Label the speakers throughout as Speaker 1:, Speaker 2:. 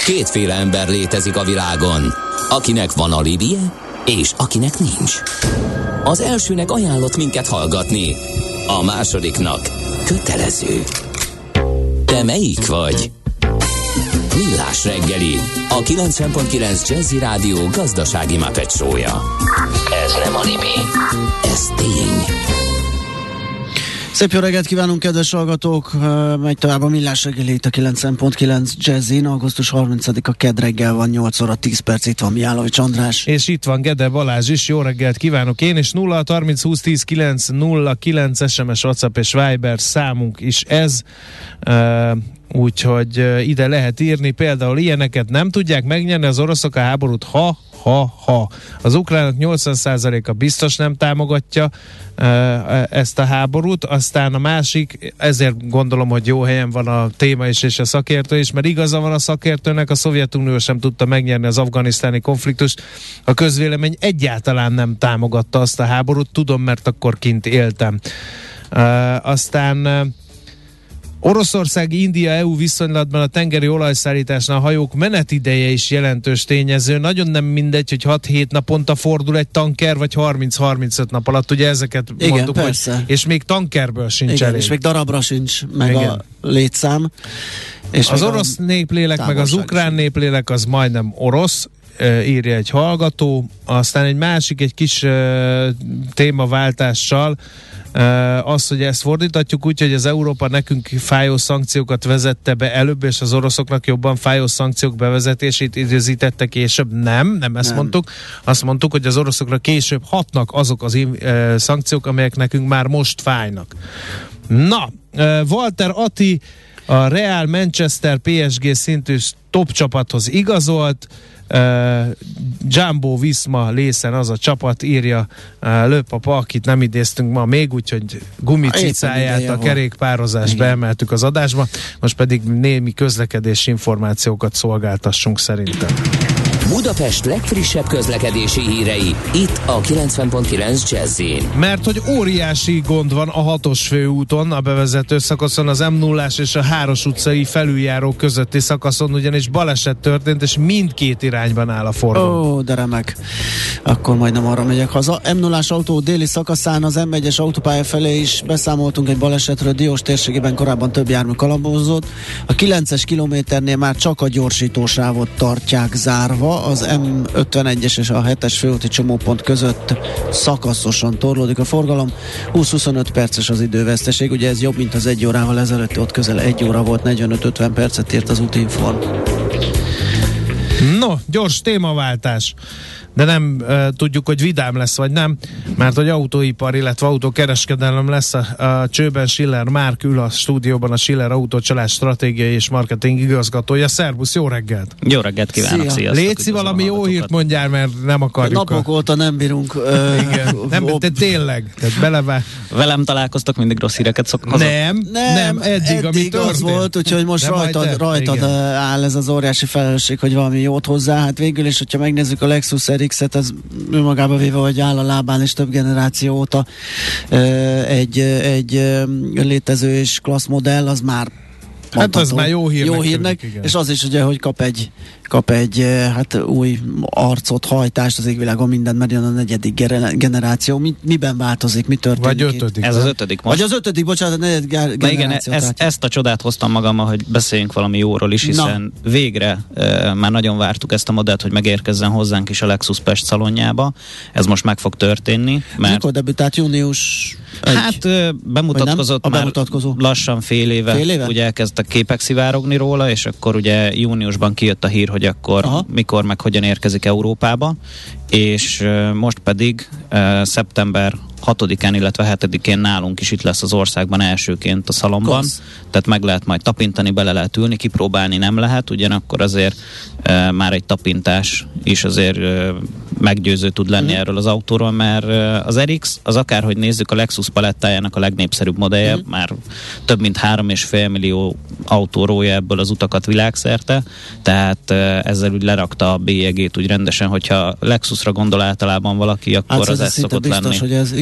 Speaker 1: Kétféle ember létezik a világon, akinek van alibije, és akinek nincs. Az elsőnek ajánlott minket hallgatni, a másodiknak kötelező. Te melyik vagy? Millás reggeli, a 90.9 Jazzy Rádió gazdasági Muppet show-ja. Ez nem anime, ez tény.
Speaker 2: Szép jó reggelt kívánunk, kedves hallgatók! Megy tovább a Millás reggeli itt a 90.9 Jazzin. Augusztus 30-a kedd reggel van, 8 óra 10 perc, itt van Mihálovics András.
Speaker 3: És itt van Gede Balázs is, jó reggelt kívánok én, és 0-30-20-10-9-09 SMS, WhatsApp és Viber számunk is ez. Úgyhogy ide lehet írni, például ilyeneket: nem tudják megnyerni az oroszok a háborút, ha. Az ukránok 80%-a biztos nem támogatja ezt a háborút, aztán a másik, ezért gondolom, hogy jó helyen van a téma is és a szakértő is, mert igaza van a szakértőnek, a Szovjetunió sem tudta megnyerni az afganisztáni konfliktust, a közvélemény egyáltalán nem támogatta azt a háborút, tudom, mert akkor kint éltem. Aztán Oroszország, India, EU viszonylatban a tengeri olajszállításnál a hajók menetideje is jelentős tényező. Nagyon nem mindegy, hogy 6-7 naponta fordul egy tanker, vagy 30-35 nap alatt. Ugye ezeket
Speaker 2: igen,
Speaker 3: mondtuk,
Speaker 2: persze.
Speaker 3: Hogy, és még tankerből sincs
Speaker 2: igen,
Speaker 3: elég.
Speaker 2: És még darabra sincs meg igen. A létszám. És
Speaker 3: az orosz néplélek, meg az ukrán néplélek az majdnem orosz, írja egy hallgató. Aztán egy másik, egy kis témaváltással, az, hogy ezt fordítatjuk úgy, hogy az Európa nekünk fájó szankciókat vezette be előbb, és az oroszoknak jobban fájó szankciók bevezetését időzítette később. Nem ezt mondtuk. Azt mondtuk, hogy az oroszokra később hatnak azok az szankciók, amelyek nekünk már most fájnak. Na, Walter Atti a Real, Manchester, PSG szintű top csapathoz igazolt. Jumbo Visma Lészen az a csapat, írja Lőpapa, akit nem idéztünk ma még, úgyhogy gumicicáját a kerékpározásba emeltük az adásba, most pedig némi közlekedési információkat szolgáltassunk szerintem.
Speaker 1: Budapest legfrissebb közlekedési hírei, itt a 90.9 Jazzin.
Speaker 3: Mert hogy óriási gond van a 6-os főúton, a bevezető szakaszon, az M0-ás és a 3-as utcai felüljáró közötti szakaszon, ugyanis baleset történt, és mindkét irányban áll a forgalom.
Speaker 2: Ó, de remek. Akkor majdnem arra megyek haza. M0-ás autó déli szakaszán az M1-es autópálya felé is beszámoltunk egy balesetről, Diós térségében korábban több jármű kalabozott. A 9-es kilométernél már csak a gyorsítósávot tartják zárva, az M51-es és a 7-es főúti csomópont között szakaszosan torlódik a forgalom. 20-25 perces az időveszteség, ugye ez jobb, mint az 1 órával ezelőtt, ott közel 1 óra volt, 45-50 percet ért az útinform.
Speaker 3: No, gyors témaváltás. De nem tudjuk, hogy vidám lesz, vagy nem, mert hogy autóipar, illetve autókereskedelem lesz. A csőben Schiller Márk ül a stúdióban, a Schiller Autócsalás stratégiai és marketing igazgatója. Szervusz, jó reggelt!
Speaker 4: Jó reggelt kívánok, sziasztok!
Speaker 3: Léci, valami jó hírt mondjál, mert nem akarjuk.
Speaker 2: Napok óta nem bírunk.
Speaker 3: Igen, nem, de tényleg, tehát
Speaker 4: velem találkoztok, mindig rossz híreket szoktak.
Speaker 3: Nem, eddig
Speaker 2: az volt, úgyhogy most rajtad áll ez az óriási felelősség, hogy valami jót hozzá. Hát végül is, hogyha megnézzük a Lexus RX-et, ez önmagába véve, hogy áll a lábán, és több generáció óta egy létező és klassz modell, az már mondható,
Speaker 3: hát az már jó
Speaker 2: hírnek
Speaker 3: tűnik,
Speaker 2: és az is ugye, hogy kap egy hát új arcot, hajtást az égvilágon, mindent, mert jön a 4. generáció. Miben változik, mi történik?
Speaker 3: Vagy 5.
Speaker 4: Ez az 5. most.
Speaker 2: Vagy az 5. bocsánat, a 4. generáció.
Speaker 4: Igen, ezt a csodát hoztam magammal, hogy beszéljünk valami jóról is, hiszen végre már nagyon vártuk ezt a modellt, hogy megérkezzen hozzánk is a Lexus Pest szalonjába. Ez most meg fog történni.
Speaker 2: Mikor debütált? Június 1?
Speaker 4: Hát bemutatkozott már lassan fél éve? Ugye elkezdtek képek szivárogni róla, és akkor ugye júniusban kijött a hír, hogy akkor mikor meg hogyan érkezik Európába, és most pedig szeptember 6-án, illetve 7-én nálunk is itt lesz az országban elsőként a szalomban. Tehát meg lehet majd tapintani, bele lehet ülni, kipróbálni nem lehet, ugyanakkor azért már egy tapintás is azért meggyőző tud lenni erről az autóról, mert az RX, az akárhogy nézzük, a Lexus palettájának a legnépszerűbb modellje, már több mint 3,5 millió autó rója ebből az utakat világszerte, tehát ezzel úgy lerakta a bélyegét úgy rendesen, hogyha Lexusra gondol általában valaki, akkor az ez szokott
Speaker 2: biztos,
Speaker 4: lenni.
Speaker 2: Hogy ez,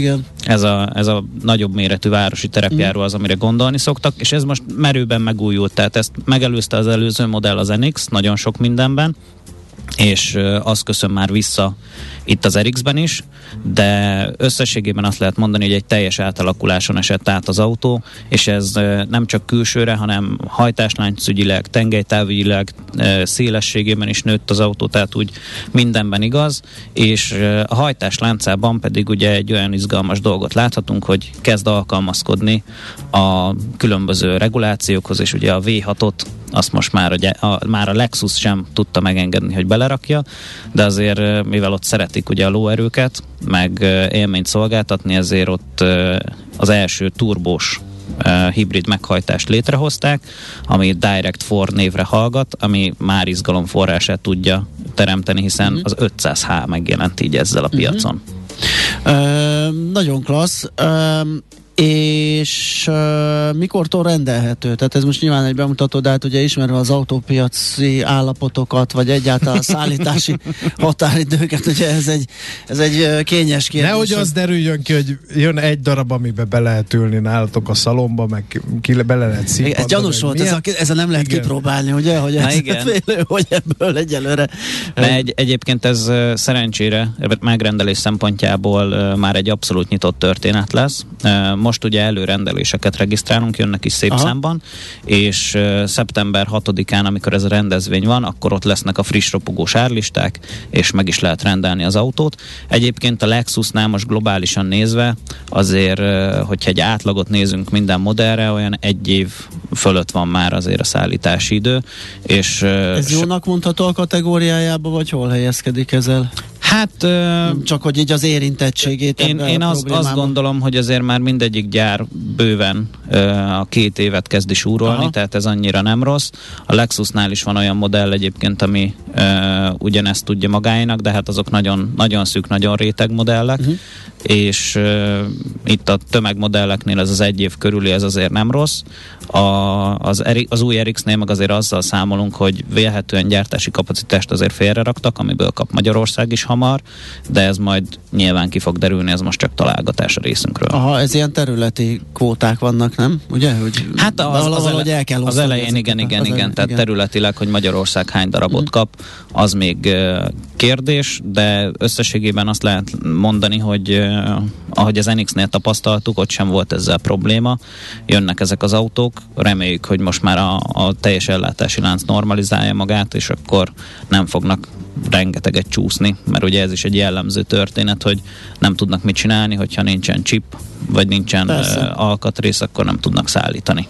Speaker 2: igen.
Speaker 4: Ez a nagyobb méretű városi terepjáró az, amire gondolni szoktak, és ez most merőben megújult, tehát ezt megelőzte az előző modell, az NX, nagyon sok mindenben, és az köszön már vissza itt az RX-ben is, de összességében azt lehet mondani, hogy egy teljes átalakuláson esett át az autó, és ez nem csak külsőre, hanem hajtásláncügyileg, tengelytávügyileg, szélességében is nőtt az autó, tehát úgy mindenben igaz, és a hajtásláncában pedig ugye egy olyan izgalmas dolgot láthatunk, hogy kezd alkalmazkodni a különböző regulációkhoz, és ugye a V6-ot azt most már a Lexus sem tudta megengedni, hogy belerakja, de azért mivel ott szeretik ugye a lóerőket, meg élményt szolgáltatni, ezért ott az első turbós hibrid meghajtást létrehozták, ami Direct 4 névre hallgat, ami már izgalomforrását tudja teremteni, hiszen az 500H megjelent így ezzel a piacon.
Speaker 2: Nagyon klassz. És mikortól rendelhető? Tehát ez most nyilván egy bemutató, de hát ugye ismerve az autópiaci állapotokat, vagy egyáltalán a szállítási határidőket, ugye ez egy kényes kérdés.
Speaker 3: Nehogy az derüljön ki, hogy jön egy darab, amiben be lehet ülni nálatok a szalomba, meg bele lehet színpadba.
Speaker 2: Ez gyanús volt, ez a nem lehet kipróbálni, ugye? Hogy hogy ebből egyelőre.
Speaker 4: Egyébként ez szerencsére megrendelés szempontjából már egy abszolút nyitott történet lesz. Most ugye előrendeléseket regisztrálunk, jönnek is szép számban, és szeptember 6-án, amikor ez a rendezvény van, akkor ott lesznek a friss ropogós árlisták, és meg is lehet rendelni az autót. Egyébként a Lexusnál most globálisan nézve, azért, hogyha egy átlagot nézünk minden modellre, olyan 1 év fölött van már azért a szállítási idő. És,
Speaker 2: ez jónak mondható a kategóriájába, vagy hol helyezkedik ezzel?
Speaker 4: Hát...
Speaker 2: csak hogy így az érintettségét.
Speaker 4: Én azt gondolom, hogy azért már mindegyik gyár bőven a 2 évet kezdi súrolni, tehát ez annyira nem rossz. A Lexusnál is van olyan modell egyébként, ami ugyanezt tudja magáénak, de hát azok nagyon, nagyon szűk, nagyon réteg modellek, és itt a tömegmodelleknél ez az 1 év körüli, ez azért nem rossz. Az új RX-nél meg azért azzal számolunk, hogy vélhetően gyártási kapacitást azért félreraktak, amiből kap Magyarország is hamar, de ez majd nyilván ki fog derülni, ez most csak találgatás a részünkről.
Speaker 2: Aha, ez ilyen területi kvóták vannak, nem? Ugye? Hogy
Speaker 4: hát az elején igen, tehát területileg, hogy Magyarország hány darabot kap, az még kérdés, de összességében azt lehet mondani, hogy ahogy az NX-nél tapasztaltuk, ott sem volt ezzel probléma. Jönnek ezek az autók, reméljük, hogy most már a teljes ellátási lánc normalizálja magát, és akkor nem fognak rengeteget csúszni, mert ugye ez is egy jellemző történet, hogy nem tudnak mit csinálni, hogyha nincsen chip, vagy nincsen alkatrész, akkor nem tudnak szállítani.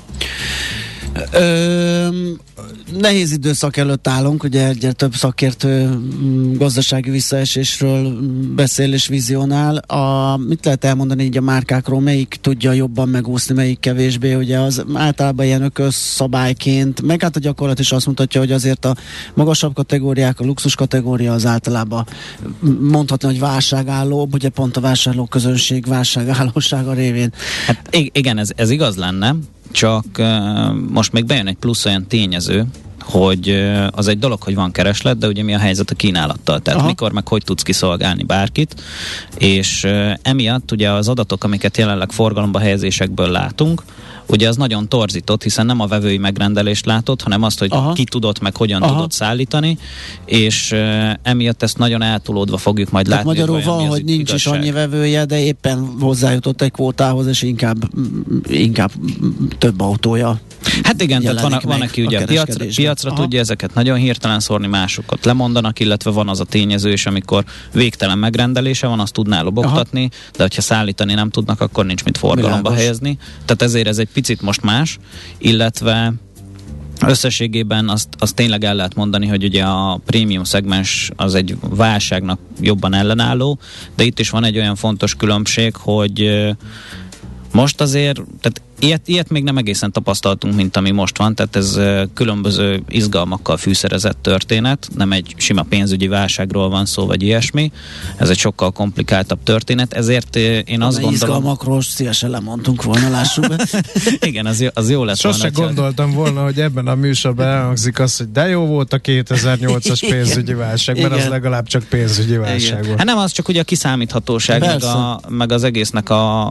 Speaker 2: Nehéz időszak előtt állunk, ugye egyre több szakértő gazdasági visszaesésről beszél és vizionál. Mit lehet elmondani így a márkákról, melyik tudja jobban megúszni, melyik kevésbé, ugye az általában ilyen ökölszabályként, meg hát a gyakorlat is azt mutatja, hogy azért a magasabb kategóriák, a luxus kategória az általában mondhatni, hogy válságállóbb, ugye pont a vásárló közönség válságállósága révén.
Speaker 4: Hát igen, ez igaz lenne, csak most még bejön egy plusz olyan tényező, hogy az egy dolog, hogy van kereslet, de ugye mi a helyzet a kínálattal, tehát mikor meg hogy tudsz kiszolgálni bárkit, és emiatt ugye az adatok, amiket jelenleg forgalomba helyezésekből látunk, ugye az nagyon torzított, hiszen nem a vevői megrendelést látod, hanem azt, hogy ki tudott, meg hogyan tudott szállítani, és emiatt ezt nagyon eltolódva fogjuk majd
Speaker 2: tehát
Speaker 4: látni.
Speaker 2: Magyarul van, hogy nincs igazság. Is annyi vevője, de éppen hozzájutott egy kvótához, és inkább több autója.
Speaker 4: Hát igen, tehát van aki ugye a piacra tudja ezeket nagyon hirtelen szórni, másokat lemondanak, illetve van az a tényező is, amikor végtelen megrendelése van, azt tudná lobogtatni, de hogyha szállítani nem tudnak, akkor nincs mit forgalomba helyezni. Tehát ezért ez egy picit most más, illetve összességében azt tényleg el lehet mondani, hogy ugye a prémium szegmens az egy válságnak jobban ellenálló, de itt is van egy olyan fontos különbség, hogy most azért, tehát Ilyet még nem egészen tapasztaltunk, mint ami most van, tehát ez különböző izgalmakkal fűszerezett történet, nem egy sima pénzügyi válságról van szó, vagy ilyesmi, ez egy sokkal komplikáltabb történet, ezért én azt gondolom...
Speaker 2: Izgalmakról szívesen lemondtunk volna, lássuk be.
Speaker 4: Igen, az jó lett volna.
Speaker 3: Sose gondoltam volna, hogy ebben a műsorban elhangzik az, hogy de jó volt a 2008-as pénzügyi válság, mert az legalább csak pénzügyi válság volt.
Speaker 4: Hát nem, az csak ugye a kiszámíthatóság, meg az egésznek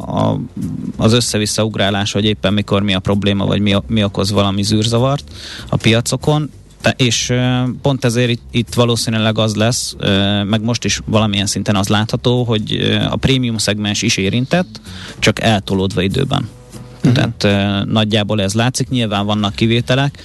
Speaker 4: az össze-vissza ugrálás, hogy éppen mikor mi a probléma, vagy mi okoz valami zűrzavart a piacokon, és pont ezért itt valószínűleg az lesz, meg most is valamilyen szinten az látható, hogy a prémium szegmens is érintett, csak eltolódva időben. Tehát nagyjából ez látszik, nyilván vannak kivételek,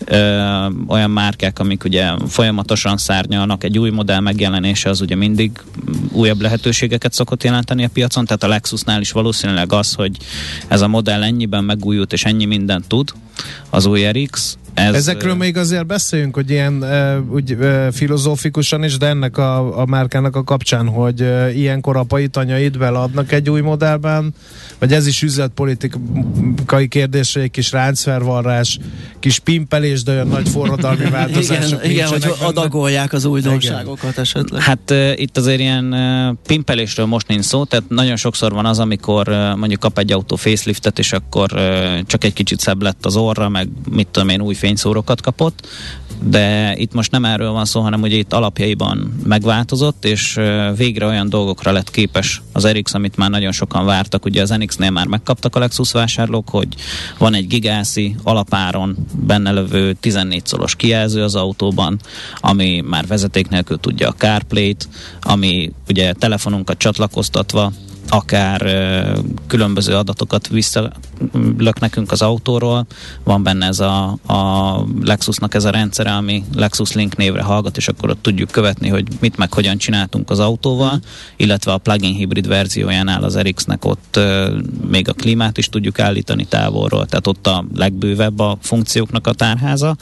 Speaker 4: olyan márkák, amik ugye folyamatosan szárnyalnak, egy új modell megjelenése az ugye mindig újabb lehetőségeket szokott jelenteni a piacon, tehát a Lexusnál is valószínűleg az, hogy ez a modell ennyiben megújult és ennyi mindent tud, az új RX.
Speaker 3: Ezekről még azért beszéljünk, hogy ilyen úgy filozófikusan is, de ennek a márkának a kapcsán, hogy ilyenkor apai tanyait beladnak egy új modellben, vagy ez is üzletpolitikai kérdés, hogy egy kis ráncfervarrás, kis pimpelés, de olyan nagy forradalmi változások
Speaker 2: igen, hogy adagolják az újdonságokat esetleg.
Speaker 4: Hát itt azért ilyen pimpelésről most nincs szó, tehát nagyon sokszor van az, amikor mondjuk kap egy autó faceliftet, és akkor csak egy kicsit szebb lett az orra, meg mit tudom én, új fényszórókat kapott, de itt most nem erről van szó, hanem ugye itt alapjaiban megváltozott, és végre olyan dolgokra lett képes az RX, amit már nagyon sokan vártak. Ugye az NX-nél már megkaptak a Lexus vásárlók, hogy van egy gigászi alapáron benne lövő 14 szolos kijelző az autóban, ami már vezeték nélkül tudja a CarPlay-t, ami ugye telefonunkat csatlakoztatva akár különböző adatokat visszalök nekünk az autóról. Van benne ez a Lexusnak ez a rendszere, ami Lexus Link névre hallgat, és akkor ott tudjuk követni, hogy mit meg hogyan csináltunk az autóval, illetve a plug-in hibrid verziójánál az RX-nek ott még a klímát is tudjuk állítani távolról, tehát ott a legbővebb a funkcióknak a tárháza,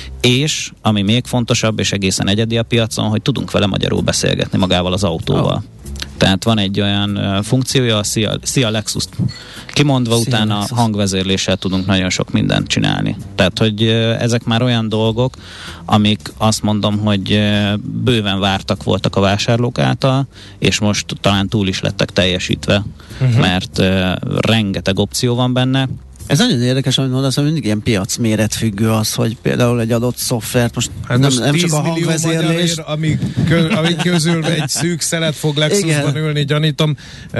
Speaker 4: és ami még fontosabb, és egészen egyedi a piacon, hogy tudunk vele magyarul beszélgetni magával az autóval. Tehát van egy olyan funkciója, a Szia Lexus-t kimondva, Szia utána Lexus. Hangvezérléssel tudunk nagyon sok mindent csinálni. Tehát, hogy ezek már olyan dolgok, amik azt mondom, hogy bőven vártak voltak a vásárlók által, és most talán túl is lettek teljesítve, mert rengeteg opció van benne.
Speaker 2: Ez nagyon érdekes, amit mondasz, hogy mindig ilyen piacméret függő az, hogy például egy adott szoftvert, most
Speaker 3: hát
Speaker 2: nem csak a hangvezérlés.
Speaker 3: Ami közül egy szűk szelet fog Lexusban ülni, gyanítom,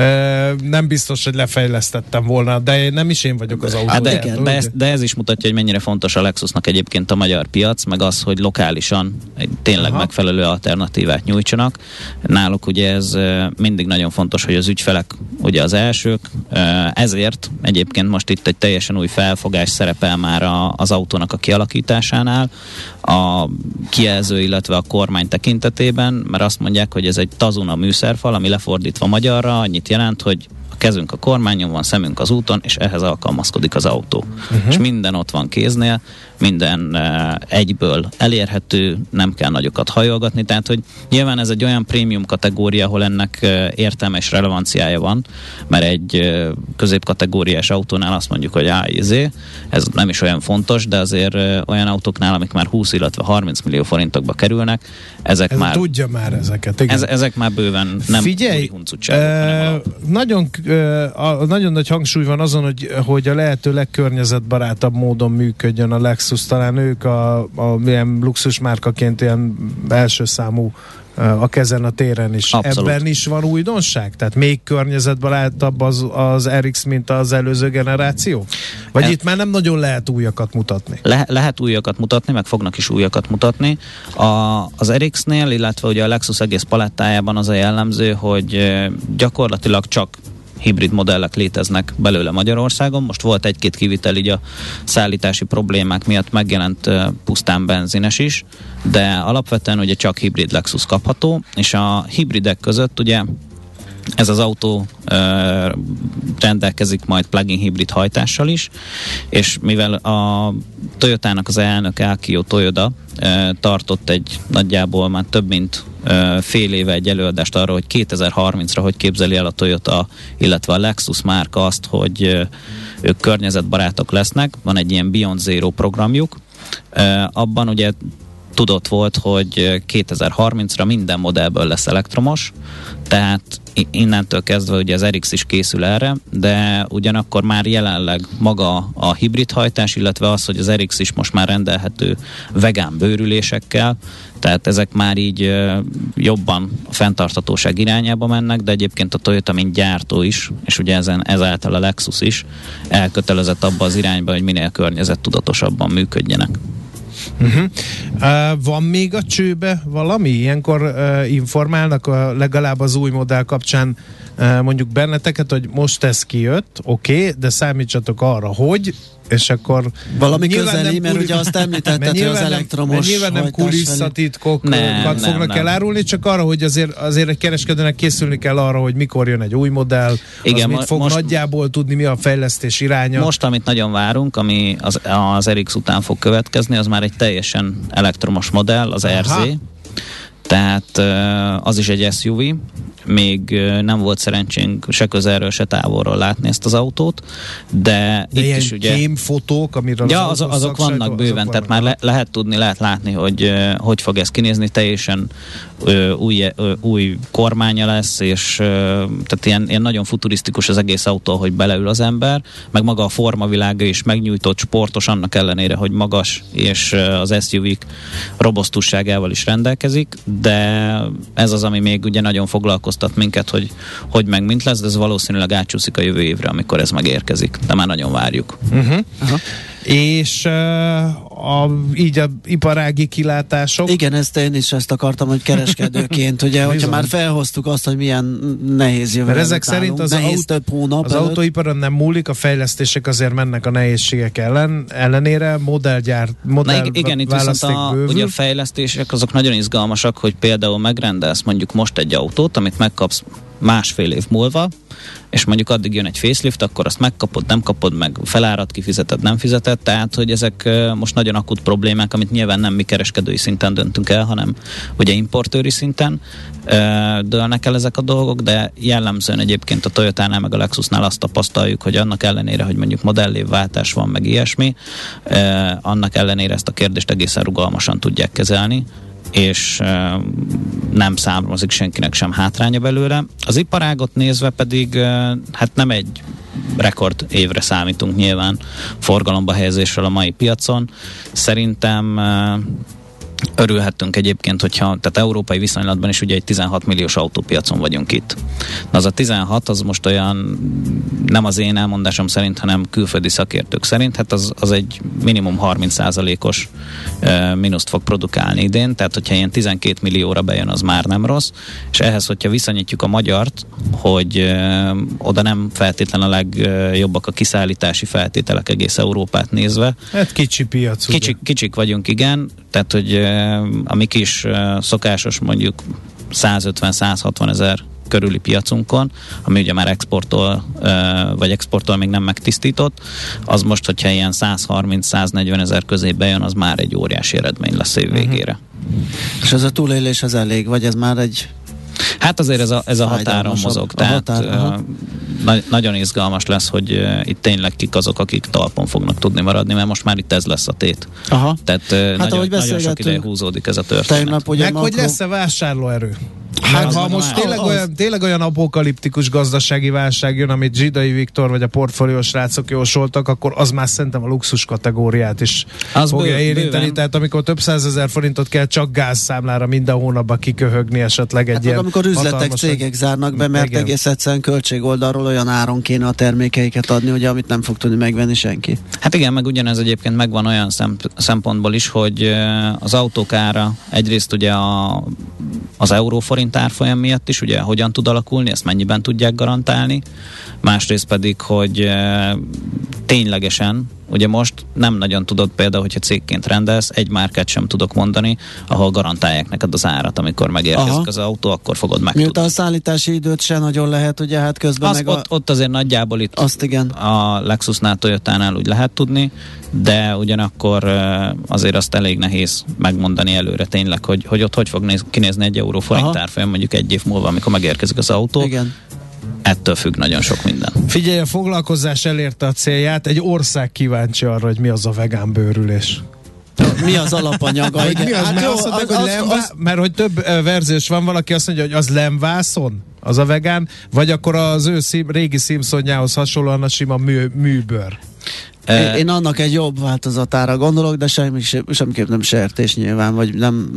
Speaker 3: nem biztos, hogy lefejlesztettem volna, de nem is én vagyok az autó.
Speaker 4: De ez is mutatja, hogy mennyire fontos a Lexusnak egyébként a magyar piac, meg az, hogy lokálisan tényleg megfelelő alternatívát nyújtsanak. Náluk ugye ez mindig nagyon fontos, hogy az ügyfelek ugye az elsők, ezért egyébként most itt egy teljesen új felfogás szerepel már az autónak a kialakításánál, a kijelző, illetve a kormány tekintetében, mert azt mondják, hogy ez egy Tazuna műszerfal, ami lefordítva magyarra annyit jelent, hogy a kezünk a kormányon van, szemünk az úton, és ehhez alkalmazkodik az autó. És minden ott van kéznél, minden egyből elérhető, nem kell nagyokat hajolgatni, tehát hogy nyilván ez egy olyan prémium kategória, ahol ennek értelme és relevanciája van, mert egy középkategóriás autónál azt mondjuk, hogy ez nem is olyan fontos, de azért olyan autóknál, amik már 20, illetve 30 millió forintokba kerülnek, ezek
Speaker 3: ez
Speaker 4: már...
Speaker 3: Tudja már ezeket, igen.
Speaker 4: Ezek már bőven nem új huncutságok.
Speaker 3: Nagyon nagy hangsúly van azon, hogy a lehető legkörnyezetbarátabb módon működjön a Lexus. Talán ők a ilyen luxusmárkaként ilyen első számú a kezen a téren is. Abszolút. Ebben is van újdonság? Tehát még környezetbarátabb az RX, mint az előző generáció? Vagy itt már nem nagyon lehet újakat mutatni?
Speaker 4: Lehet újakat mutatni, meg fognak is újakat mutatni. Az RX-nél, illetve ugye a Lexus egész palettájában az a jellemző, hogy gyakorlatilag csak hibrid modellek léteznek belőle Magyarországon. Most volt egy-két kivitel így a szállítási problémák miatt megjelent pusztán benzines is, de alapvetően ugye csak hibrid Lexus kapható, és a hibridek között ugye ez az autó rendelkezik majd plug-in hibrid hajtással is, és mivel a Toyotának az elnöke Akio Toyoda tartott egy nagyjából már több mint fél éve egy előadást arra, hogy 2030-ra hogy képzeli el a Toyota, illetve a Lexus márka azt, hogy ők környezetbarátok lesznek, van egy ilyen Beyond Zero programjuk, abban ugye tudott volt, hogy 2030-ra minden modellből lesz elektromos, tehát innentől kezdve ugye az RX is készül erre, de ugyanakkor már jelenleg maga a hibrid hajtás, illetve az, hogy az RX is most már rendelhető vegán bőrülésekkel, tehát ezek már így jobban a fenntarthatóság irányába mennek, de egyébként a Toyota, mint gyártó is, és ugye ezáltal a Lexus is elkötelezett abba az irányba, hogy minél környezettudatosabban működjenek.
Speaker 3: Van még a csőbe valami? Ilyenkor informálnak legalább az új modell kapcsán mondjuk benneteket, hogy most ez kijött, oké, de számítsatok arra, hogy, és akkor
Speaker 2: valami közeli, mert ugye azt említetted, hogy az elektromos
Speaker 3: nyilván nem kulisszatitkokat fognak elárulni, csak arra, hogy azért egy kereskedőnek készülni kell arra, hogy mikor jön egy új modell, igen, mit fog nagyjából tudni, mi a fejlesztés iránya.
Speaker 4: Most, amit nagyon várunk, ami az RX után fog következni, az már egy teljesen elektromos modell, az RZ. Tehát az is egy SUV, még nem volt szerencsénk se közelről, se távolról látni ezt az autót, de itt
Speaker 3: ilyen
Speaker 4: is ugye...
Speaker 3: kémfotók, amiről
Speaker 4: azok vannak bőven, tehát már lehet tudni, lehet látni, hogy fog ez kinézni, teljesen új kormánya lesz, és tehát ilyen nagyon futurisztikus az egész autó, hogy beleül az ember, meg maga a formavilága is megnyújtott, sportos, annak ellenére, hogy magas, és az SUV-k robosztusságával is rendelkezik, de ez az, ami még ugye nagyon foglalkoztat minket, hogy meg mint lesz, de ez valószínűleg átcsúszik a jövő évre, amikor ez megérkezik, de már nagyon várjuk.
Speaker 3: És így a iparági kilátások?
Speaker 2: Igen, ezt akartam, hogy kereskedőként, ugye, hogyha már felhoztuk azt, hogy milyen nehéz jövő.
Speaker 3: Mert ezek szerint az autóiparon nem múlik, a fejlesztések azért mennek a nehézségek ellenére,
Speaker 4: igen, itt viszont ugye a fejlesztések azok nagyon izgalmasak, hogy például megrendelsz mondjuk most egy autót, amit megkapsz másfél év múlva, és mondjuk addig jön egy facelift, akkor azt megkapod, nem kapod meg, felárat kifizeted, nem fizeted, tehát hogy ezek most nagyon akut problémák, amit nyilván nem mi kereskedői szinten döntünk el, hanem ugye importőri szinten dőlnek el ezek a dolgok, de jellemzően egyébként a Toyotánál meg a Lexusnál azt tapasztaljuk, hogy annak ellenére, hogy mondjuk modellévváltás van, meg ilyesmi, annak ellenére ezt a kérdést egészen rugalmasan tudják kezelni, és nem származik senkinek sem hátránya belőle. Az iparágot nézve pedig hát nem egy rekord évre számítunk nyilván forgalomba helyezésről a mai piacon. Szerintem örülhettünk egyébként, tehát európai viszonylatban is ugye egy 16 milliós autópiacon vagyunk itt. Na az a 16, az most olyan, nem az én elmondásom szerint, hanem külföldi szakértők szerint, hát az egy minimum 30%-os mínuszt fog produkálni idén, tehát hogyha ilyen 12 millióra bejön, az már nem rossz, és ehhez, hogyha viszonyítjuk a magyart, hogy oda nem feltétlen a legjobbak a kiszállítási feltételek egész Európát nézve.
Speaker 3: Hát kicsi piac.
Speaker 4: Kicsik vagyunk, igen, tehát hogy a mi kis szokásos mondjuk 150-160 ezer körüli piacunkon, ami ugye már exporttól még nem megtisztított, az most, hogyha ilyen 130-140 ezer közé bejön, az már egy óriási eredmény lesz év végére.
Speaker 2: És ez a túlélés az elég, vagy ez már egy...
Speaker 4: Hát azért ez a határon mozog, tehát nagyon izgalmas lesz, hogy itt tényleg kik azok, akik talpon fognak tudni maradni, mert most már itt ez lesz a tét.
Speaker 2: Aha.
Speaker 4: Tehát nagyon sok ideje húzódik ez a történet.
Speaker 3: Hogy lesz-e vásárlóerő? Hát, ha most tényleg olyan apokaliptikus gazdasági válság jön, amit Zsidai Viktor vagy a portfóliós srácok jósoltak, akkor az már szerintem a luxus kategóriát is fogja érinteni. Bőven. Tehát amikor több 100 000 forintot kell csak gázszámlára minden hónapban kiköhögni esetleg egy ilyen
Speaker 2: amikor üzletek, cégek zárnak be, mert egész egyszerűen költségoldalról olyan áron kéne a termékeiket adni, ugye, amit nem fog tudni megvenni senki.
Speaker 4: Hát igen, meg ugyanez egyébként megvan olyan szempontból is, hogy az autók ára egyrészt ugye az euróforint árfolyam miatt is, ugye hogyan tud alakulni, ezt mennyiben tudják garantálni. Másrészt pedig, hogy ténylegesen, ugye most nem nagyon tudod például, hogyha cégként rendelsz, egy márkát sem tudok mondani, ahol garantálják neked az árat, amikor megérkezik az autó, akkor fogod megtudni.
Speaker 2: Miután a szállítási időt sem nagyon lehet, ugye hát közben
Speaker 4: ott azért nagyjából itt
Speaker 2: azt igen.
Speaker 4: A Lexusnál, Toyotánál úgy lehet tudni, de ugyanakkor azért azt elég nehéz megmondani előre tényleg, hogy ott hogy fog kinézni egy euróforint árfolyam mondjuk egy év múlva, amikor megérkezik az autó.
Speaker 2: Igen.
Speaker 4: Ettől függ nagyon sok minden.
Speaker 3: Figyelj, a foglalkozás elérte a célját, egy ország kíváncsi arra, hogy mi az a vegán bőrülés.
Speaker 2: Mi az alapanyaga?
Speaker 3: Mi az? Mert hogy több verziós van, valaki azt mondja, hogy az lemvászon, az a vegán, vagy akkor az ő régi Simpsonjához hasonlóan a sima műbőr.
Speaker 2: Én annak egy jobb változatára gondolok, de semmiképp nem sertés nyilván, vagy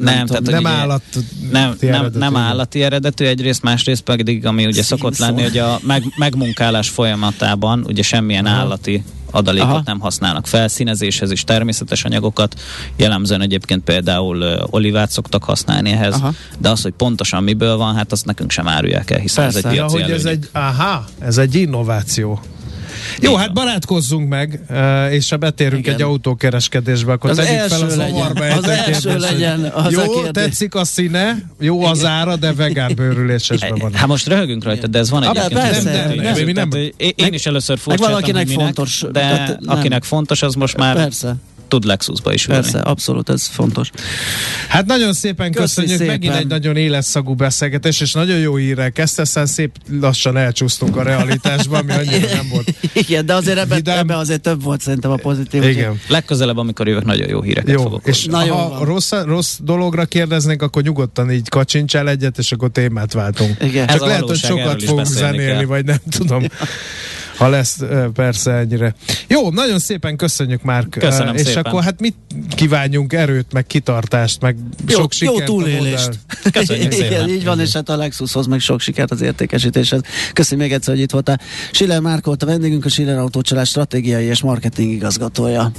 Speaker 4: nem állati eredetű egyrészt, másrészt pedig, ami ugye szokott lenni, hogy a megmunkálás folyamatában ugye semmilyen állati adalékot nem használnak, felszínezéshez is természetes anyagokat, jellemzően egyébként például olivát szoktak használni ehhez, de az, hogy pontosan miből van, hát azt nekünk sem árulják el, hiszen
Speaker 3: persze,
Speaker 4: ez egy piaci
Speaker 3: előny. Ez egy innováció. Jó, hát barátkozzunk meg, és ha betérünk egy autókereskedésbe, akkor tegyük fel a zavarba.
Speaker 2: Az első legyen.
Speaker 3: Jó, tetszik a színe, jó az ára, de vegán bőrülésesben van.
Speaker 4: Hát most röhögünk rajta, de ez van egyébként. Én is először furcsáltam, hogy minek, de akinek fontos, az most már... tud Lexusba is ülni.
Speaker 2: Persze, abszolút, ez fontos.
Speaker 3: Hát nagyon szépen köszönjük, megint egy nagyon éles szagú beszélgetés, és nagyon jó hírrel kezdte, aztán szép lassan elcsúsztunk a realitásba, ami annyira nem volt.
Speaker 2: Igen, de azért ebben azért több volt szerintem a pozitív.
Speaker 4: Igen. Legközelebb, amikor jövök, nagyon jó híreket fogok.
Speaker 3: És ha rossz dologra kérdeznénk, akkor nyugodtan így kacsincsál egyet, és akkor témát váltunk.
Speaker 2: Igen.
Speaker 3: Csak lehet, hogy sokat fogunk zenélni, vagy nem tudom. Ha lesz, persze ennyire. Jó, nagyon szépen köszönjük, Márk.
Speaker 4: Köszönöm
Speaker 3: és
Speaker 4: szépen.
Speaker 3: akkor hát mit kívánjunk? Erőt, meg kitartást, meg sok sikert.
Speaker 2: Jó túlélést.
Speaker 4: Köszönjük szépen.
Speaker 2: Igen, így van, és hát a Lexushoz meg sok sikert az értékesítéshez. Köszönjük még egyszer, hogy itt voltál. Schiller Márk volt a vendégünk, a Schiller Autócsalás stratégiai és marketing igazgatója.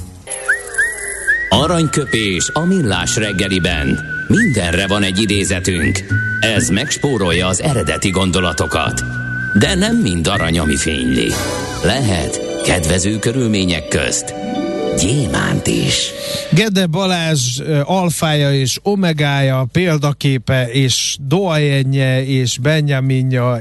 Speaker 1: Aranyköpés a millás reggeliben. Mindenre van egy idézetünk. Ez megspórolja az eredeti gondolatokat. De nem mind arany, ami fényli. Lehet kedvező körülmények közt gyémánt is.
Speaker 3: Gede Balázs alfája és omegája, példaképe és doajenje és benjaminja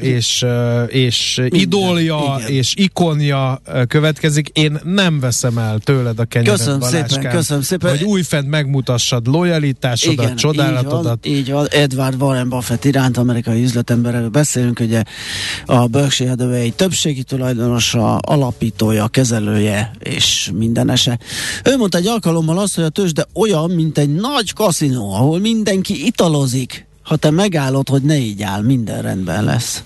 Speaker 3: és idolja és ikonja következik. Én nem veszem el tőled a kenyeret, Baláskám.
Speaker 2: Köszönöm szépen.
Speaker 3: Hogy újfent megmutassad lojalitásodat, igen, csodálatodat.
Speaker 2: Így van. Edward Warren Buffett iránt, amerikai üzletemberről beszélünk, ugye a Berkshire Hathaway többségi tulajdonosa, alapítója, kezelője és mindenese. Ő mondta egy alkalommal azt, hogy a tőzsde olyan, mint egy nagy kaszinó, ahol mindenki italozik. Ha te megállod, hogy ne így áll, minden rendben lesz.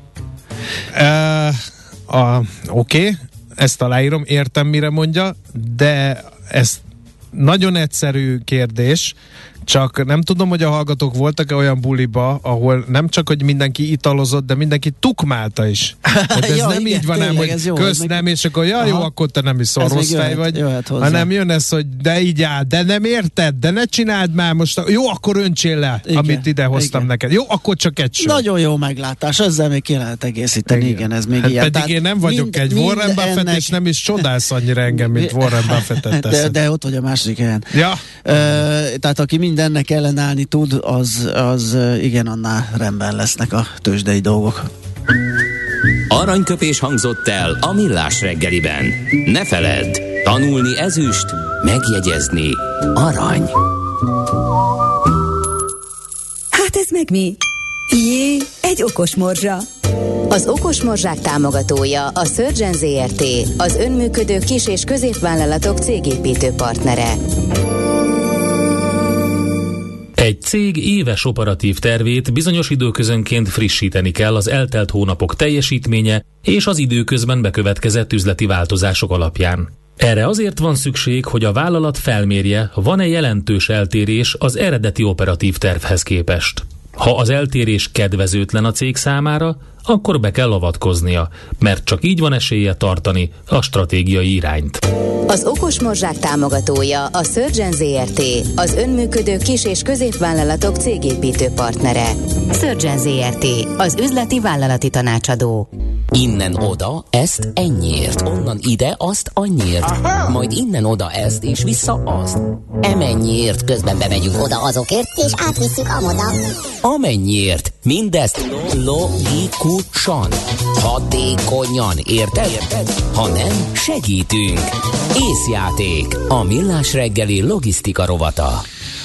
Speaker 3: Oké, ezt aláírom, értem, mire mondja, de ez nagyon egyszerű kérdés, csak nem tudom, hogy a hallgatók voltak-e olyan buliba, ahol nem csak, hogy mindenki italozott, de mindenki tukmálta is. Hát ez nem így van, ám, hogy köszönöm, és akkor jó, akkor te nem iszol, rossz fej vagy, hanem jön ez, hogy de így áll, de nem érted, de ne csináld már most, jó, akkor öntsél le, amit ide hoztam neked. Jó, akkor csak egy sor.
Speaker 2: Nagyon jó meglátás, ezzel még ki lehet egészíteni, igen, ez még
Speaker 3: hát
Speaker 2: ilyen.
Speaker 3: Pedig én nem vagyok egy Warren Buffett, és nem is csodálsz annyira engem, mint Warren Buffettet teszed.
Speaker 2: De ott vagy a másik helyen.
Speaker 3: Ja.
Speaker 2: Tehát aki mindennek ellenállni tud, az igen, annál rendben lesznek a tőzsdei dolgok.
Speaker 1: Aranyköpés hangzott el a millás reggeliben. Ne feledd, tanulni ezüst, megjegyezni arany.
Speaker 5: Hát ez meg mi? Jé, egy okos morzsa. Az okos morzsák támogatója a Surgeon Zrt., az önműködő kis- és középvállalatok cégépítő partnere.
Speaker 6: Egy cég éves operatív tervét bizonyos időközönként frissíteni kell az eltelt hónapok teljesítménye és az időközben bekövetkezett üzleti változások alapján. Erre azért van szükség, hogy a vállalat felmérje, van-e jelentős eltérés az eredeti operatív tervhez képest. Ha az eltérés kedvezőtlen a cég számára, akkor be kell avatkoznia, mert csak így van esélye tartani a stratégiai irányt.
Speaker 5: Az okos morzsák támogatója a Surgeon Zrt., az önműködő kis- és középvállalatok cégépítő partnere. Surgeon Zrt., az üzleti vállalati tanácsadó.
Speaker 1: Innen oda, ezt ennyiért, onnan ide, azt annyiért, majd innen oda ezt, és vissza azt. Emennyiért, közben bemegyünk oda azokért, és átvisszük amoda. Amennyiért, mindezt logikusan, hatékonyan, érted? Ha nem, segítünk. Észjáték, a millás reggeli logisztika rovata.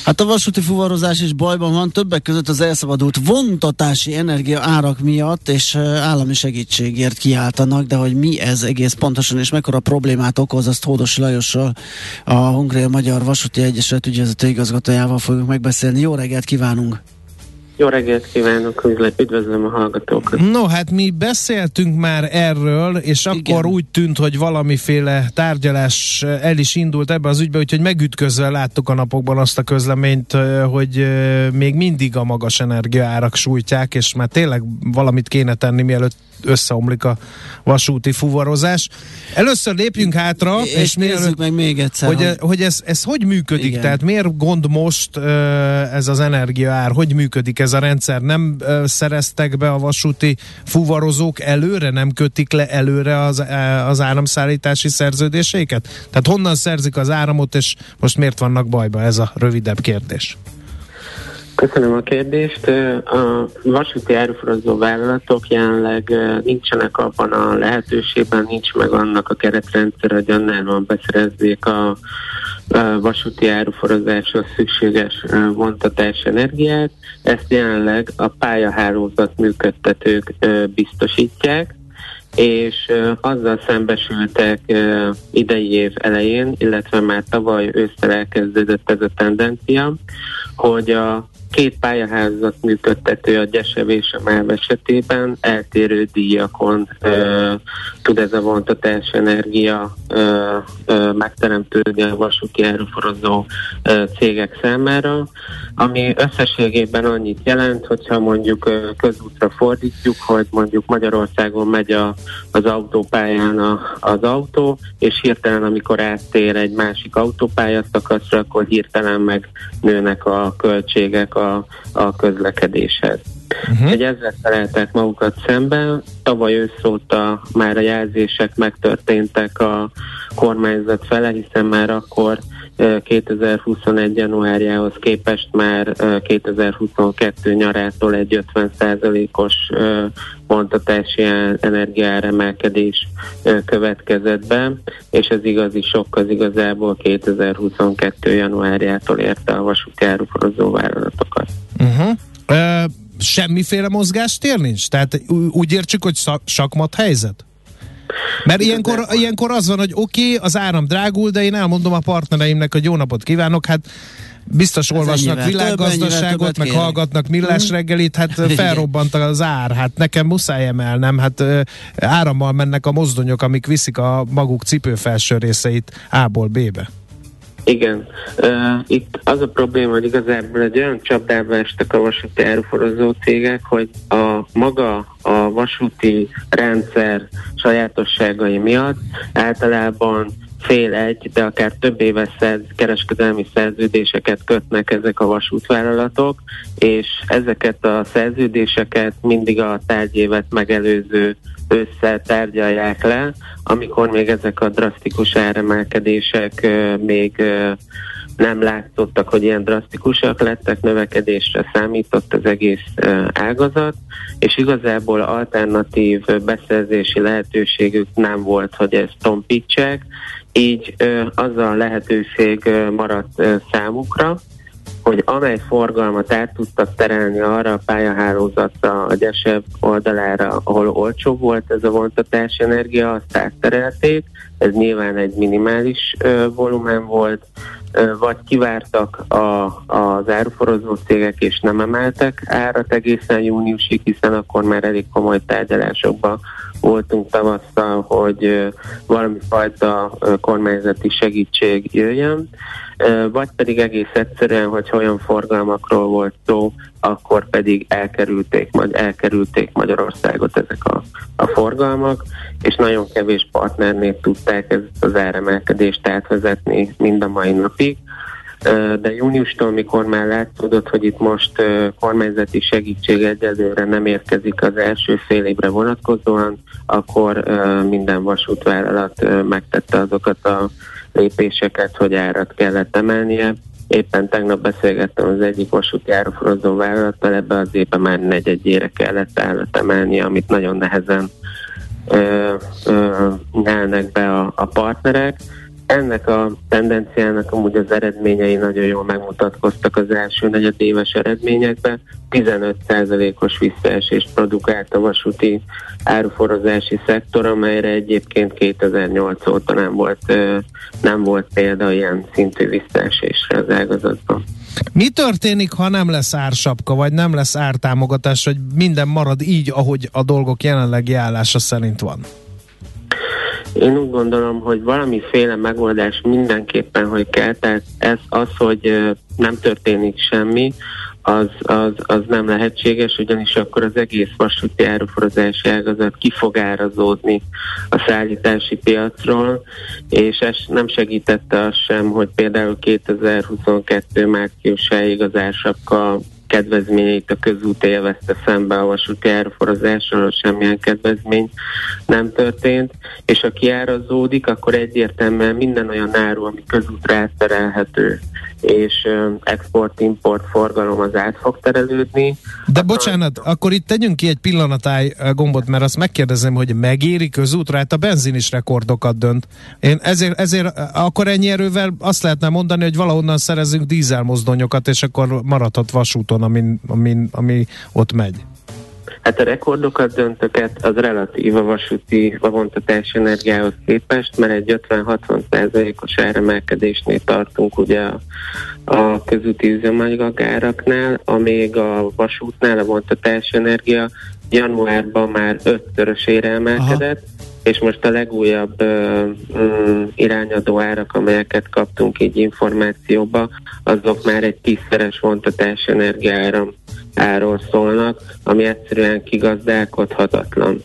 Speaker 2: Hát a vasúti fuvarozás is bajban van, többek között az elszabadult vontatási energia árak miatt, és állami segítségért kiáltanak, de hogy mi ez egész pontosan, és mekkora problémát okoz, azt Hódosi Lajossal, a Hungria Magyar Vasúti Egyesület ügyvezető igazgatójával fogjuk megbeszélni. Jó reggelt kívánunk!
Speaker 7: Jó reggelt kívánok, üdvözlöm a hallgatókat.
Speaker 3: No, hát mi beszéltünk már erről, és igen, akkor úgy tűnt, hogy valamiféle tárgyalás el is indult ebbe az ügybe, úgyhogy megütközve láttuk a napokban azt a közleményt, hogy még mindig a magas energiaárak sújtják, és már tényleg valamit kéne tenni, mielőtt összeomlik a vasúti fuvarozás. Először lépjünk hátra, és
Speaker 2: nézzük meg még egyszer,
Speaker 3: hogy ez hogy működik, igen. Tehát miért gond most ez az energiaár, hogy működik ez a rendszer? Nem szereztek be a vasúti fuvarozók előre, nem kötik le előre az áramszállítási szerződéseiket? Tehát honnan szerzik az áramot, és most miért vannak bajba? Ez a rövidebb kérdés.
Speaker 7: Köszönöm a kérdést. A vasúti áruforozó vállalatok jelenleg nincsenek abban a lehetőségben, nincs meg annak a keretrendszer, hogy önállóan beszerezzék a vasúti áruforozáshoz szükséges vontatási energiát. Ezt jelenleg a pályahálózat működtetők biztosítják, és azzal szembesültek idei év elején, illetve már tavaly ősszel elkezdődött ez a tendencia, hogy a két pályahálózat működtető, a GYESEV és a MÁV esetében eltérő díjakon tud ez a vontatás energia megteremtődni a vasúti áruforozó cégek számára, ami összességében annyit jelent, hogyha mondjuk közútra fordítjuk, hogy mondjuk Magyarországon megy az autópályán az autó, és hirtelen, amikor áttér egy másik autópályaszakaszra, akkor hirtelen megnőnek a költségek a közlekedéshez. Hogy ezzel találták magukat szemben. Tavaly ősz óta már a jelzések megtörténtek a kormányzat fele, hiszen már akkor 2021. januárjához képest már 2022 nyarától egy 50%-os vontatási energiaáremelkedés következett be, és az igazi sokk az igazából 2022. januárjától érte a vasúti áruforozó vállalatokat.
Speaker 3: Semmiféle mozgástér nincs? Tehát úgy értsük, hogy sakmat helyzet? Mert ilyenkor az van, hogy oké, az áram drágul, de én elmondom a partnereimnek, hogy jó napot kívánok, hát biztos olvasnak világgazdaságot, meg hallgatnak Millás reggelit, hát felrobbant az ár, hát nekem muszáj emelnem, hát árammal mennek a mozdonyok, amik viszik a maguk cipőfelső részeit A-ból B-be.
Speaker 7: Igen. Itt az a probléma, hogy igazából egy olyan csapdába estek a vasúti áruforozó cégek, hogy maga a vasúti rendszer sajátosságai miatt általában fél egy, de akár több éves kereskedelmi szerződéseket kötnek ezek a vasútvállalatok, és ezeket a szerződéseket mindig a tárgyévet megelőző ősszel tárgyalják le, amikor még ezek a drasztikus áremelkedések még nem látszottak, hogy ilyen drasztikusak lettek, növekedésre számított az egész ágazat, és igazából alternatív beszerzési lehetőségük nem volt, hogy ezt tompítsák, így az a lehetőség maradt számukra, hogy amely forgalmat át tudtak terelni arra a pályahálózatra, a GYESEV oldalára, ahol olcsóbb volt ez a vontatási energia, azt átterelték. Ez nyilván egy minimális volumen volt, vagy kivártak az áruforozó cégek, és nem emeltek árat egészen júniusig, hiszen akkor már elég komoly tárgyalásokban voltunk tavasszal, hogy valami fajta kormányzati segítség jöjjön, vagy pedig egész egyszerűen, hogy olyan forgalmakról volt szó, akkor pedig elkerülték Magyarországot ezek a forgalmak, és nagyon kevés partnernél tudták ezt az áremelkedést átvezetni mind a mai napig. De júniustól, mikor már látszódott, hogy itt most kormányzati segítség egyelőre nem érkezik az első fél évre vonatkozóan, akkor minden vasútvállalat megtette azokat a lépéseket, hogy árat kellett emelnie. Éppen tegnap beszélgettem az egyik vasúti áruforozó vállalattal, ebbe az évben már negyedjére kellett árat emelni, amit nagyon nehezen nyelnek be a partnerek. Ennek a tendenciának amúgy az eredményei nagyon jól megmutatkoztak az első negyedéves eredményekben. 15%-os visszaesést produkált a vasúti áruforozási szektor, amelyre egyébként 2008 óta nem volt példa ilyen szintű visszaesésre az ágazatban.
Speaker 3: Mi történik, ha nem lesz ársapka, vagy nem lesz ártámogatás, vagy minden marad így, ahogy a dolgok jelenlegi állása szerint van?
Speaker 7: Én úgy gondolom, hogy valamiféle megoldás mindenképpen, hogy kell, tehát az, hogy nem történik semmi, az nem lehetséges, ugyanis akkor az egész vasúti áruforozási ágazat ki fog árazódni a szállítási piacról, és ez nem segítette az sem, hogy például 2022 márciusáig az ársapka kedvezményeit a közút élvezte szembe a vasúti áruforozással, semmilyen kedvezmény nem történt, és ha kiárazódik, akkor egyértelműen minden olyan áru, ami közútra átterelhető, és export-import forgalom az át fog terelődni.
Speaker 3: De bocsánat, akkor itt tegyünk ki egy pillanatáj gombot, mert azt megkérdezem, hogy megéri közútra, hát a benzin is rekordokat dönt. Én ezért akkor ennyi erővel azt lehetne mondani, hogy valahonnan szerezünk dízelmozdonyokat, és akkor maradhat vasúton, ami ott megy.
Speaker 7: Hát a rekordokat döntőket az relatív a vasúti vontatási energiához képest, mert egy 50-60%-os áremelkedésnél tartunk ugye a közúti üzemanyagáraknál, amíg a vasútnál a vontatási energia januárban már 5-szörösére emelkedett, és most a legújabb irányadó árak, amelyeket kaptunk így információba, azok már egy 10-szeres vontatási energiaáról szólnak, ami egyszerűen kigazdálkodhatatlan.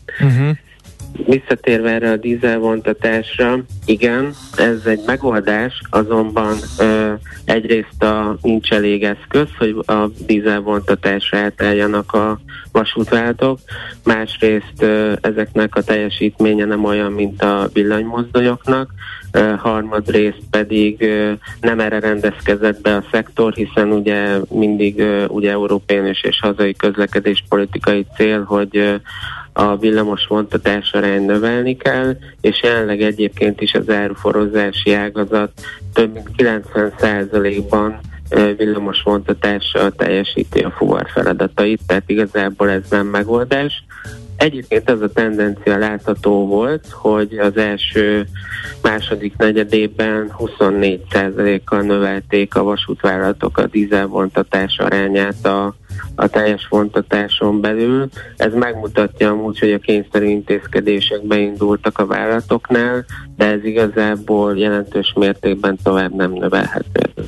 Speaker 7: Visszatérve erre a dízelvontatásra, igen, ez egy megoldás, azonban egyrészt nincs elég eszköz, hogy a dízelvontatásra átálljanak a vasútvállalatok, másrészt ezeknek a teljesítménye nem olyan, mint a villanymozdonyoknak, harmadrészt pedig nem erre rendezkedett be a szektor, hiszen ugye mindig ugye európai és hazai közlekedéspolitikai cél, hogy a villamos vontatás arány növelni kell, és jelenleg egyébként is az áruforozási ágazat több mint 90%-ban villamos vontatással teljesíti a fuvar feladatait, tehát igazából ez nem megoldás. Egyébként ez a tendencia látható volt, hogy az második negyedében 24%-kal növelték a vasútvállalatok a dízelvontatás arányát a teljes vontatáson belül. Ez megmutatja amúgy, hogy a kényszerű intézkedések beindultak a vállalatoknál, de ez igazából jelentős mértékben tovább nem növelhető ez az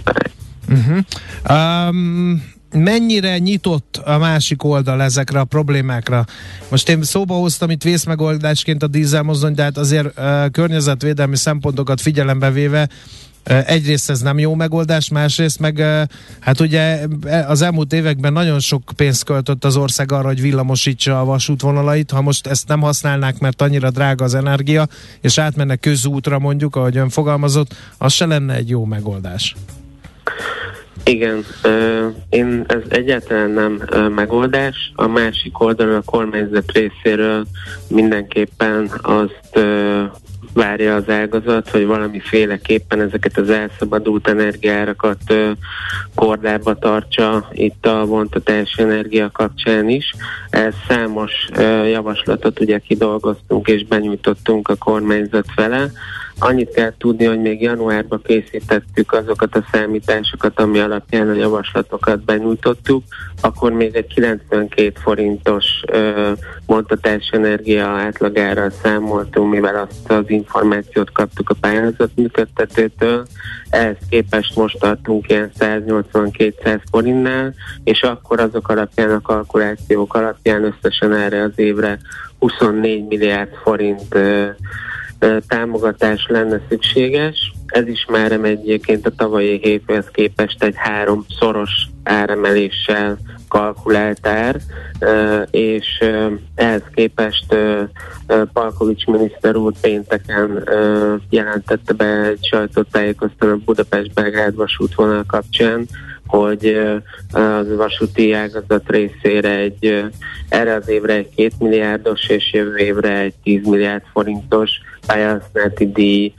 Speaker 7: arány.
Speaker 3: Mennyire nyitott a másik oldal ezekre a problémákra? Most én szóba hoztam itt vészmegoldásként a dízelmozdony, de hát azért környezetvédelmi szempontokat figyelembe véve egyrészt ez nem jó megoldás, másrészt meg hát ugye az elmúlt években nagyon sok pénzt költött az ország arra, hogy villamosítsa a vasútvonalait. Ha most ezt nem használnák, mert annyira drága az energia, és átmennek közútra mondjuk, ahogy ön fogalmazott, az se lenne egy jó megoldás.
Speaker 7: Igen, ez egyáltalán nem megoldás. A másik oldalon a kormányzat részéről mindenképpen azt várja az ágazat, hogy valamiféleképpen ezeket az elszabadult energiárakat kordába tartsa itt a vontatási energia kapcsán is. Számos javaslatot ugye kidolgoztunk és benyújtottunk a kormányzat fele. Annyit kell tudni, hogy még januárban készítettük azokat a számításokat, ami alapján a javaslatokat benyújtottuk, akkor még egy 92 forintos vontatási energia átlagára számoltunk, mivel azt az információt kaptuk a pályázat működtetőtől. Ehhez képest most tartunk ilyen 180-200 forintnál, és akkor azok alapján, a kalkulációk alapján összesen erre az évre 24 milliárd forint támogatás lenne szükséges. Ez is már egyébként a tavalyi évhez képest egy 3-szoros áremeléssel kalkulált ár, és ehhez képest Palkovics miniszter úr pénteken jelentette be egy sajtótájékoztatón a Budapest-Belgrád vasútvonal kapcsán, hogy a vasúti ágazat részére erre az évre egy 2 milliárdos és jövő évre egy 10 milliárd forintos pályahasználati díj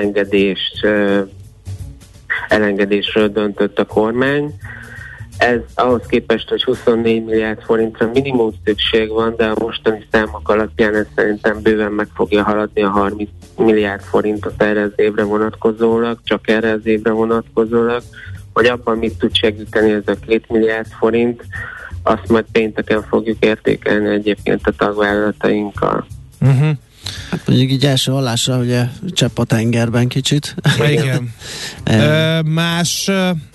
Speaker 7: elengedésről döntött a kormány. Ez ahhoz képest, hogy 24 milliárd forintra minimum szükség van, de a mostani számok alapján ez szerintem bőven meg fogja haladni a 30 milliárd forintot erre az évre vonatkozólag, csak erre az évre vonatkozólag, hogy abban mit tud segíteni ez a 2 milliárd forint, azt majd pénteken fogjuk értékelni egyébként a tagvállalatainkkal.
Speaker 2: Hát mondjuk így első hallásra, ugye csepp a tengerben kicsit.
Speaker 3: Igen. Más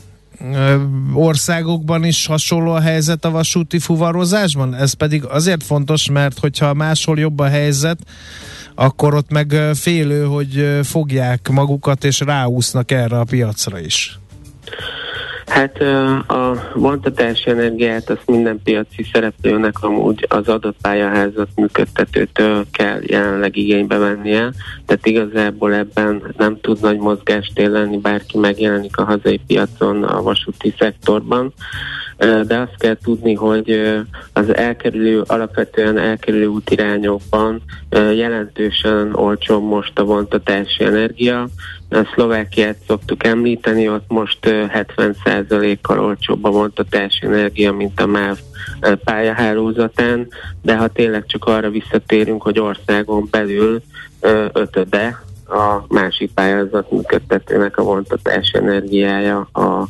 Speaker 3: országokban is hasonló a helyzet a vasúti fuvarozásban? Ez pedig azért fontos, mert hogyha máshol jobb a helyzet, akkor ott meg félő, hogy fogják magukat és ráúsznak erre a piacra is.
Speaker 7: Hát a vontatási energiát azt minden piaci szereplőnek amúgy az adott pályaházat működtetőtől kell jelenleg igénybe vennie, tehát igazából ebben nem tud nagy mozgást lenni, bárki megjelenik a hazai piacon a vasúti szektorban, de azt kell tudni, hogy az alapvetően elkerülő útirányokban jelentősen olcsóbb most a vontatási energia. A Szlovákiát szoktuk említeni, ott most 70%-kal olcsóbb a vontatási energia, mint a MÁV pályahálózatán, de ha tényleg csak arra visszatérünk, hogy országon belül ötöde a másik pályázat működtetőnek a vontatási energiája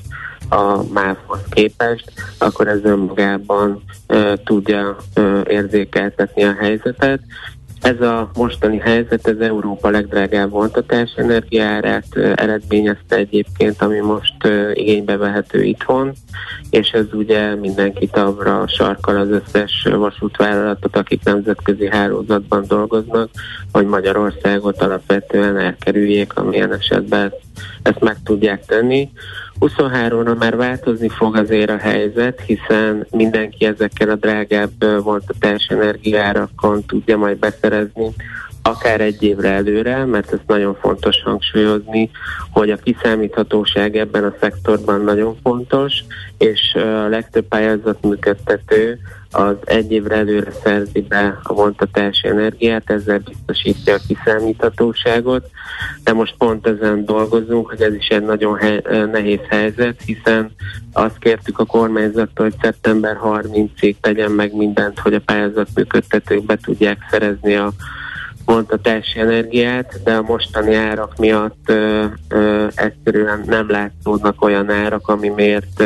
Speaker 7: a MÁV-hoz képest, akkor ez önmagában tudja érzékeltetni a helyzetet. Ez a mostani helyzet, ez Európa legdrágább vontatási energiaárát eredményezte egyébként, ami most igénybe vehető itthon, és ez ugye mindenkit arra sarkal, az összes vasútvállalatot, akik nemzetközi hálózatban dolgoznak, hogy Magyarországot alapvetően elkerüljék, amilyen esetben ezt meg tudják tenni. 23-ra már változni fog azért a helyzet, hiszen mindenki ezekkel a drágább vontatási energiaárakon tudja majd beszerezni, akár egy évre előre, mert ez nagyon fontos hangsúlyozni, hogy a kiszámíthatóság ebben a szektorban nagyon fontos, és a legtöbb pályázat működtető az egy évre előre szerzi be a vontatási energiát, ezzel biztosítja a kiszámíthatóságot, de most pont ezen dolgozunk, hogy ez is egy nagyon nehéz helyzet, hiszen azt kértük a kormányzattól, hogy szeptember 30-ig tegyen meg mindent, hogy a pályázat működtetők be tudják szerezni a vontatási energiát, de a mostani árak miatt egyszerűen nem látszódnak olyan árak, ami miért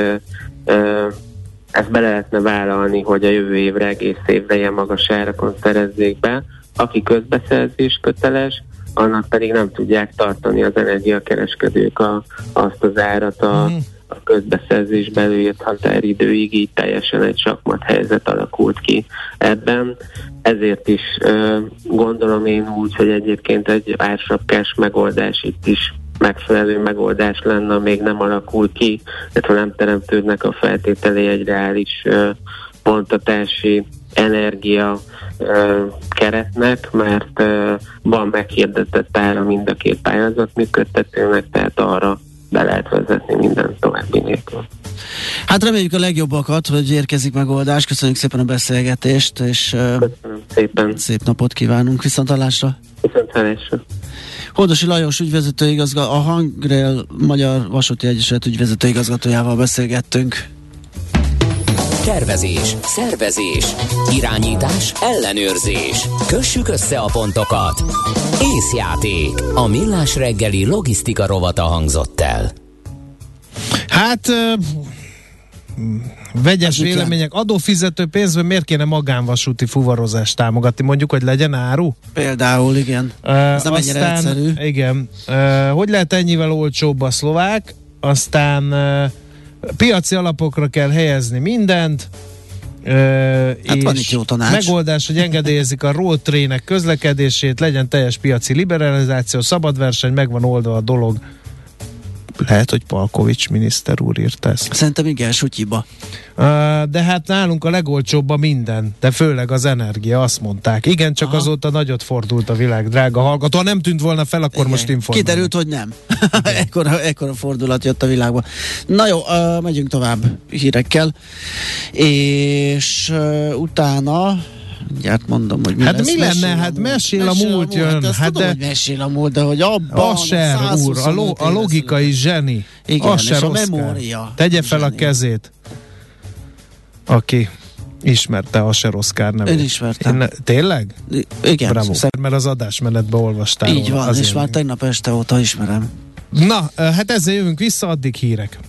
Speaker 7: ezt be lehetne vállalni, hogy a jövő évre, egész évre ilyen magas árakon szerezzék be. Aki közbeszerzés köteles, annak pedig nem tudják tartani az energiakereskedők azt az árat a közbeszerzésbe előírt határidőig, így teljesen egy sakmat helyzet alakult ki ebben. Ezért is gondolom én úgy, hogy egyébként egy ársapkás megoldás itt is megfelelő megoldás lenne, még nem alakul ki, illetve nem teremtődnek a feltételei egy reális vontatási energia keretnek, mert van meghirdetett ára mind a két pályázat működtetőnek, tehát arra be lehet vezetni minden további nélkül.
Speaker 2: Hát reméljük a legjobbakat, hogy érkezik megoldás. Köszönjük szépen a beszélgetést, és
Speaker 7: köszönöm szépen.
Speaker 2: Szép napot kívánunk. Viszonthallásra.
Speaker 7: Viszonthallásra.
Speaker 2: Holdosi Lajos ügyvezetőigazgató, a Hangrail Magyar Vasúti Egyesület ügyvezetőigazgatójával beszélgettünk.
Speaker 1: Tervezés, szervezés, irányítás, ellenőrzés. Kössük össze a pontokat. Észjáték. A Millás reggeli logisztika rovata hangzott el.
Speaker 3: Hát vegyes vélemények. Adófizető pénzből miért kéne magánvasúti fuvarozást támogatni? Mondjuk, hogy legyen áru?
Speaker 2: Például, igen. Ez nem ennyire egyszerű.
Speaker 3: Igen. Hogy lehet ennyivel olcsóbb a szlovák? Aztán piaci alapokra kell helyezni mindent,
Speaker 2: hát van itt jó tanács.
Speaker 3: Megoldás, hogy engedélyezik a road trainek közlekedését, legyen teljes piaci liberalizáció, szabad verseny, megvan oldva a dolog. Lehet, hogy Palkovics miniszter úr írta ezt.
Speaker 2: Szerintem igen, sutyiba.
Speaker 3: De hát nálunk a legolcsóbb a minden, de főleg az energia, azt mondták. Igen, csak azóta nagyot fordult a világ, drága hallgató. Ha nem tűnt volna fel, akkor igen. Most informálnak.
Speaker 2: Kiderült, hogy nem. ekkora fordulat jött a világba. Na jó, megyünk tovább hírekkel. És utána mindjárt mondom, hogy mi
Speaker 3: hát
Speaker 2: lesz.
Speaker 3: Mi lenne? Hát mesél a múlt jön.
Speaker 2: Hát tudom, hogy mesél a múlt, de hogy abban
Speaker 3: Asher úr, a logikai zseni.
Speaker 2: Igen,
Speaker 3: Asher
Speaker 2: és a
Speaker 3: Oszkár.
Speaker 2: memória.
Speaker 3: Tegye fel a kezét, aki ismerte Asher Oszkár nevét.
Speaker 2: Én ismertem.
Speaker 3: Tényleg?
Speaker 2: Igen.
Speaker 3: Bravo. Mert az adásmenetben olvastál.
Speaker 2: Így van, és már tegnap este óta ismerem.
Speaker 3: Na, hát ezzel jövünk vissza, addig hírek.